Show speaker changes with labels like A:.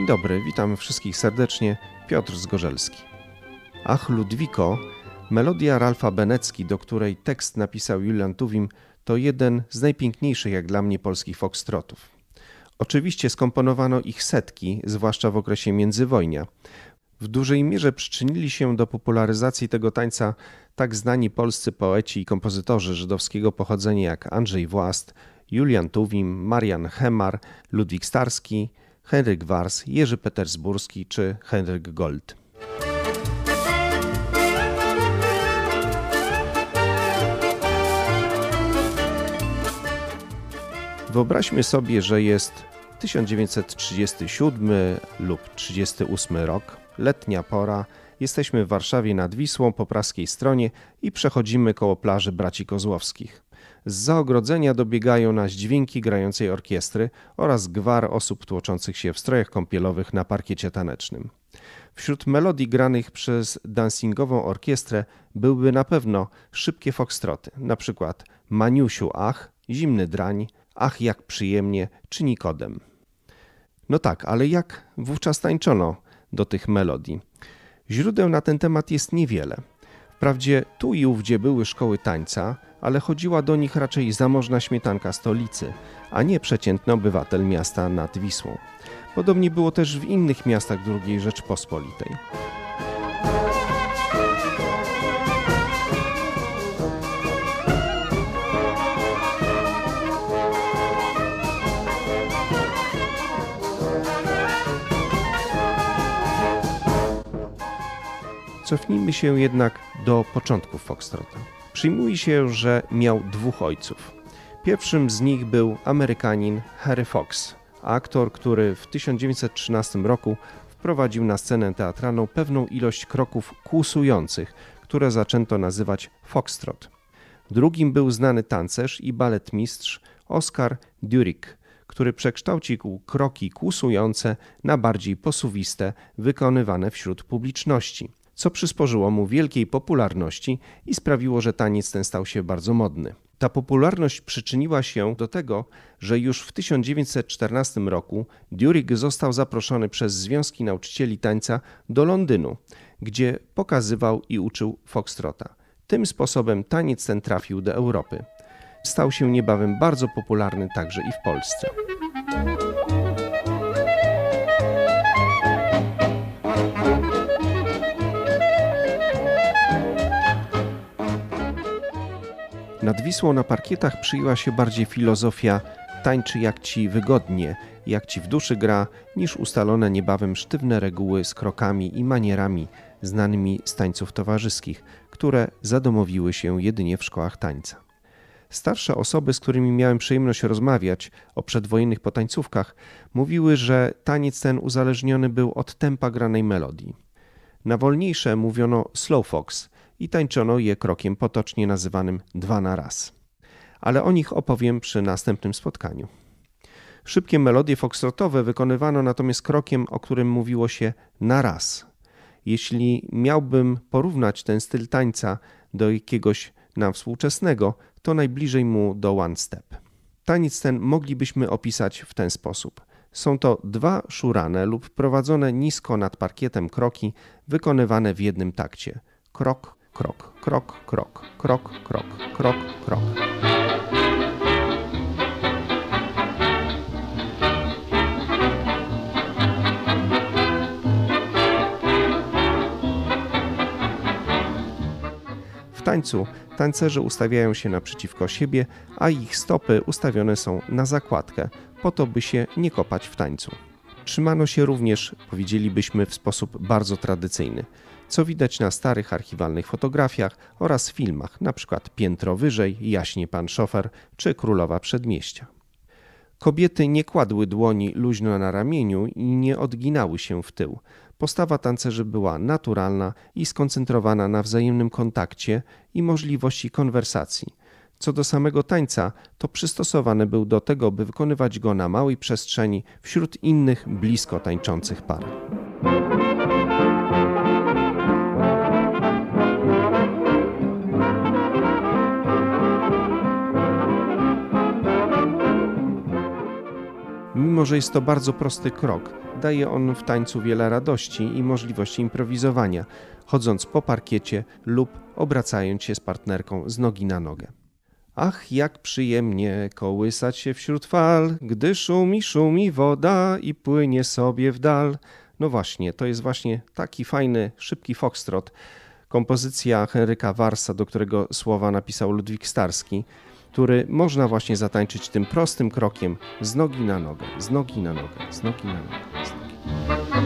A: dobry, witam wszystkich serdecznie, Piotr Zgorzelski. Ach, Ludwiko, melodia Ralfa Benecki, do której tekst napisał Julian Tuwim, to jeden z najpiękniejszych jak dla mnie polskich foxtrotów. Oczywiście skomponowano ich setki, zwłaszcza w okresie międzywojnia. W dużej mierze przyczynili się do popularyzacji tego tańca tak znani polscy poeci i kompozytorzy żydowskiego pochodzenia jak Andrzej Włast, Julian Tuwim, Marian Hemar, Ludwik Starski, Henryk Wars, Jerzy Petersburski czy Henryk Gold. Wyobraźmy sobie, że jest 1937 lub 1938 rok, letnia pora, jesteśmy w Warszawie nad Wisłą po praskiej stronie i przechodzimy koło plaży Braci Kozłowskich. Zza ogrodzenia dobiegają nas dźwięki grającej orkiestry oraz gwar osób tłoczących się w strojach kąpielowych na parkiecie tanecznym. Wśród melodii granych przez dancingową orkiestrę byłyby na pewno szybkie foxtroty, na przykład Maniusiu ach, Zimny drań, Ach jak przyjemnie czy Nikodem. No tak, ale jak wówczas tańczono do tych melodii? Źródeł na ten temat jest niewiele. Wprawdzie tu i ówdzie były szkoły tańca, ale chodziła do nich raczej zamożna śmietanka stolicy, a nie przeciętny obywatel miasta nad Wisłą. Podobnie było też w innych miastach II Rzeczpospolitej. Cofnijmy się jednak do początków foxtrota. Przyjmuje się, że miał dwóch ojców. Pierwszym z nich był Amerykanin Harry Fox, aktor, który w 1913 roku wprowadził na scenę teatralną pewną ilość kroków kłusujących, które zaczęto nazywać foxtrot. Drugim był znany tancerz i baletmistrz Oskar Dürig, który przekształcił kroki kłusujące na bardziej posuwiste, wykonywane wśród publiczności, co przysporzyło mu wielkiej popularności i sprawiło, że taniec ten stał się bardzo modny. Ta popularność przyczyniła się do tego, że już w 1914 roku Dürig został zaproszony przez Związki Nauczycieli Tańca do Londynu, gdzie pokazywał i uczył foxtrota. Tym sposobem taniec ten trafił do Europy. Stał się niebawem bardzo popularny także i w Polsce. Nad Wisłą na parkietach przyjęła się bardziej filozofia tańczy jak ci wygodnie, jak ci w duszy gra, niż ustalone niebawem sztywne reguły z krokami i manierami znanymi z tańców towarzyskich, które zadomowiły się jedynie w szkołach tańca. Starsze osoby, z którymi miałem przyjemność rozmawiać o przedwojennych potańcówkach, mówiły, że taniec ten uzależniony był od tempa granej melodii. Na wolniejsze mówiono slow fox i tańczono je krokiem potocznie nazywanym 2 na raz. Ale o nich opowiem przy następnym spotkaniu. Szybkie melodie foxtrotowe wykonywano natomiast krokiem, o którym mówiło się na raz. Jeśli miałbym porównać ten styl tańca do jakiegoś nam współczesnego, to najbliżej mu do one step. Taniec ten moglibyśmy opisać w ten sposób. Są to 2 szurane lub prowadzone nisko nad parkietem kroki wykonywane w jednym takcie. Krok, krok, krok, krok, krok, krok, krok, krok. W tańcu tancerze ustawiają się naprzeciwko siebie, a ich stopy ustawione są na zakładkę, po to by się nie kopać w tańcu. Trzymano się również, powiedzielibyśmy, w sposób bardzo tradycyjny, co widać na starych archiwalnych fotografiach oraz filmach, np. Piętro wyżej, Jaśnie pan szofer czy Królowa Przedmieścia. Kobiety nie kładły dłoni luźno na ramieniu i nie odginały się w tył. Postawa tancerzy była naturalna i skoncentrowana na wzajemnym kontakcie i możliwości konwersacji. Co do samego tańca, to przystosowany był do tego, by wykonywać go na małej przestrzeni wśród innych blisko tańczących par. Mimo że jest to bardzo prosty krok, daje on w tańcu wiele radości i możliwości improwizowania, chodząc po parkiecie lub obracając się z partnerką z nogi na nogę. Ach, jak przyjemnie kołysać się wśród fal, gdy szumi woda i płynie sobie w dal. No właśnie, to jest właśnie taki fajny, szybki foxtrot. Kompozycja Henryka Warsa, do którego słowa napisał Ludwik Starski, który można właśnie zatańczyć tym prostym krokiem z nogi na nogę, z nogi na nogę, z nogi na nogę. Z nogi.